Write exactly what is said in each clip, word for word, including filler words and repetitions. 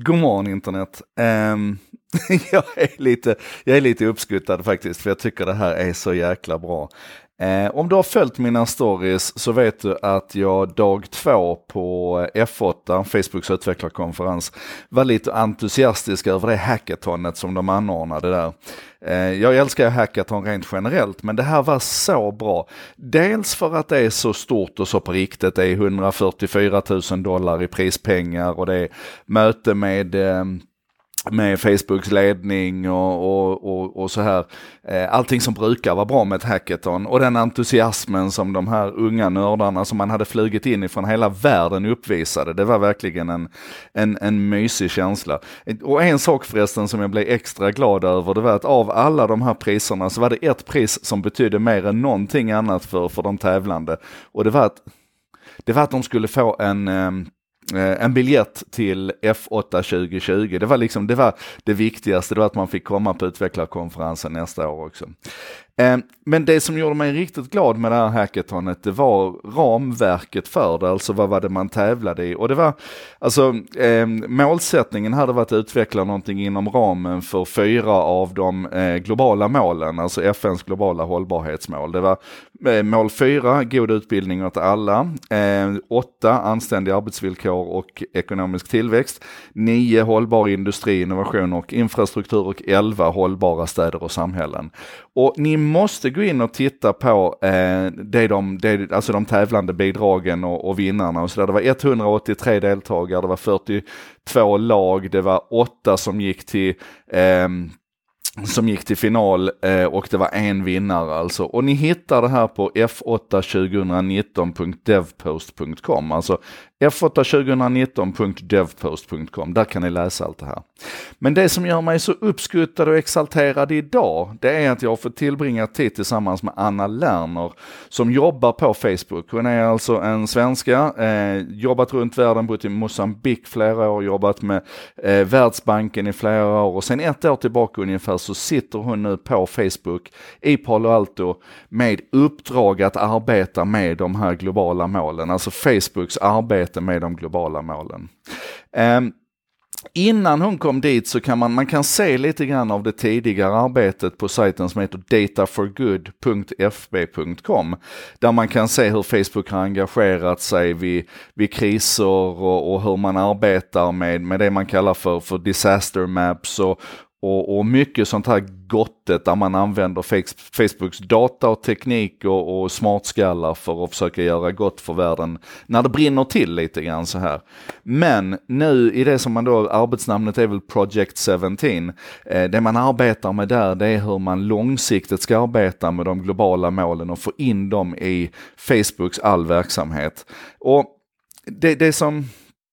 God morgon internet. Um, jag, är lite, jag är lite uppskuttad faktiskt, för jag tycker det här är så jäkla bra. Eh, om du har följt mina stories så vet du att jag dag två på F åtta, Facebooks utvecklarkonferens, var lite entusiastisk över det hackathonet som de anordnade där. Eh, jag älskar hackathon rent generellt, men det här var så bra. Dels för att det är så stort och så på riktigt, det är hundrafyrtiofyra tusen dollar i prispengar och det är möte med... Eh, med Facebooks ledning och, och, och, och så här. Allting som brukar vara bra med ett hackathon och den entusiasmen som de här unga nördarna som man hade flugit in ifrån hela världen uppvisade. Det var verkligen en, en, en mysig känsla. Och en sak förresten som jag blev extra glad över, det var att av alla de här priserna så var det ett pris som betydde mer än någonting annat för, för de tävlande. Och det var att, det var att de skulle få en... en biljett till F åtta tjugo tjugo. Det var liksom, det var det viktigaste, det var att man fick komma på utvecklarkonferensen nästa år också. Men det som gjorde mig riktigt glad med det här hackathonet, det var ramverket för det, alltså vad var det man tävlade i. Och det var, alltså eh, målsättningen hade varit att utveckla någonting inom ramen för fyra av de eh, globala målen, alltså F N:s globala hållbarhetsmål. Det var eh, mål fyra, god utbildning åt alla, eh, åtta, anständiga arbetsvillkor och ekonomisk tillväxt, nio, hållbar industri, innovation och infrastruktur och elva, hållbara städer och samhällen. Och ni måste gå in och titta på eh, det de, det, alltså de tävlande bidragen och, och vinnarna. Och så där. Det var etthundraåttiotre deltagare, det var fyrtiotvå lag, det var åtta som gick till... Eh, som gick till final eh, och det var en vinnare alltså. Och ni hittar det här på f åtta tjugonitton punkt devpost punkt com, alltså f åtta tjugonitton punkt devpost punkt com. Där kan ni läsa allt det här. Men det som gör mig så uppskuttad och exalterad idag, det är att jag får tillbringa tid tillsammans med Anna Lerner som jobbar på Facebook. Hon är alltså en svenska, eh, jobbat runt världen, bott i Mosambik flera år, jobbat med eh, Världsbanken i flera år och sen ett år tillbaka ungefär så sitter hon nu på Facebook i Palo Alto med uppdrag att arbeta med de här globala målen, alltså Facebooks arbete med de globala målen. Um, Innan hon kom dit så kan man, man kan se lite grann av det tidigare arbetet på sajten som heter data for good punkt f b punkt com, där man kan se hur Facebook har engagerat sig vid, vid kriser och, och hur man arbetar med, med det man kallar för, för disaster maps och Och, och mycket sånt här gottet där man använder Facebooks data och teknik och, och smartskallar för att försöka göra gott för världen när det brinner till lite grann så här. Men nu i det som man då, arbetsnamnet är väl Project sjutton, eh, det man arbetar med där, det är hur man långsiktigt ska arbeta med de globala målen och få in dem i Facebooks all verksamhet. Och det, det som...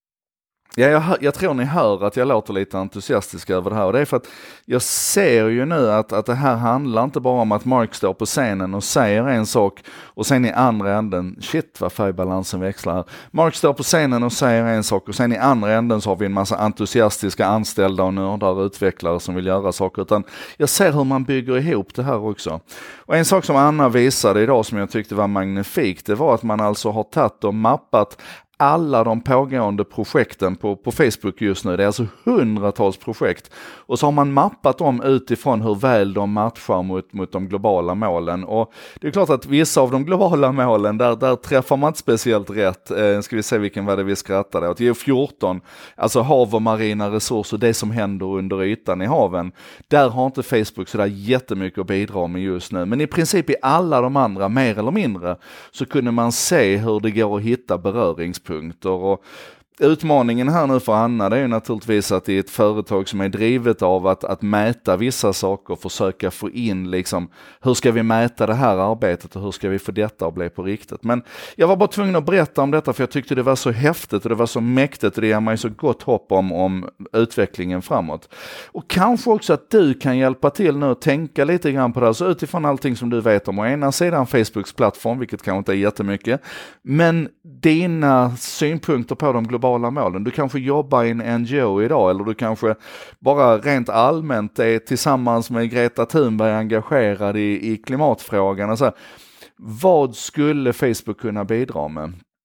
Ja, jag, jag tror ni hör att jag låter lite entusiastisk över det här och det är för att jag ser ju nu att, att det här handlar inte bara om att Mark står på scenen och säger en sak och sen i andra änden, shit vad färgbalansen växlar här. Mark står på scenen och säger en sak och sen i andra änden så har vi en massa entusiastiska anställda och nördar och utvecklare som vill göra saker, utan jag ser hur man bygger ihop det här också. Och en sak som Anna visade idag som jag tyckte var magnifikt, det var att man alltså har tagit och mappat alla de pågående projekten på, på Facebook just nu. Det är alltså hundratals projekt. Och så har man mappat dem utifrån hur väl de matchar mot, mot de globala målen. Och det är klart att vissa av de globala målen, där, där träffar man inte speciellt rätt. Eh, ska vi se vilken var det vi skrattade åt. Det är fjorton, alltså hav och marina resurser, det som händer under ytan i haven. Där har inte Facebook så där jättemycket att bidra med just nu. Men i princip i alla de andra, mer eller mindre, så kunde man se hur det går att hitta beröringspunkter. Och utmaningen här nu för Anna, det är ju naturligtvis att det är ett företag som är drivet av att, att mäta vissa saker och försöka få in liksom, hur ska vi mäta det här arbetet och hur ska vi få detta att bli på riktigt. Men jag var bara tvungen att berätta om detta för jag tyckte det var så häftigt och det var så mäktigt och det ger mig så gott hopp om, om utvecklingen framåt. Och kanske också att du kan hjälpa till nu och tänka lite grann på det här, så utifrån allting som du vet om å ena sidan Facebooks plattform, vilket kanske inte är jättemycket, men dina synpunkter på de globala målen. Du kanske jobbar i en N G O idag eller du kanske bara rent allmänt är tillsammans med Greta Thunberg engagerad i, i klimatfrågan. Alltså, vad skulle Facebook kunna bidra med?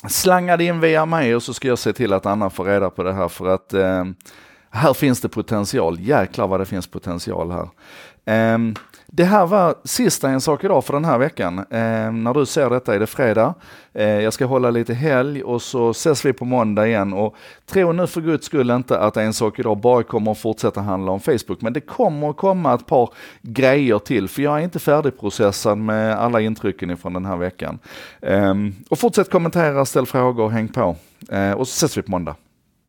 slanga det in via mig och så ska jag se till att Anna får reda på det här, för att eh, här finns det potential. Jäklar vad det finns potential här. Eh, det här var sista En sak idag för den här veckan. Eh, när du ser detta är det fredag. Eh, jag ska hålla lite helg och så ses vi på måndag igen. Och tro nu för guds skull inte att En sak idag bara kommer att fortsätta handla om Facebook. Men det kommer att komma ett par grejer till, för jag är inte färdigprocessad med alla intrycken ifrån den här veckan. Eh, och fortsätt kommentera, ställ frågor och häng på. Eh, och så ses vi på måndag.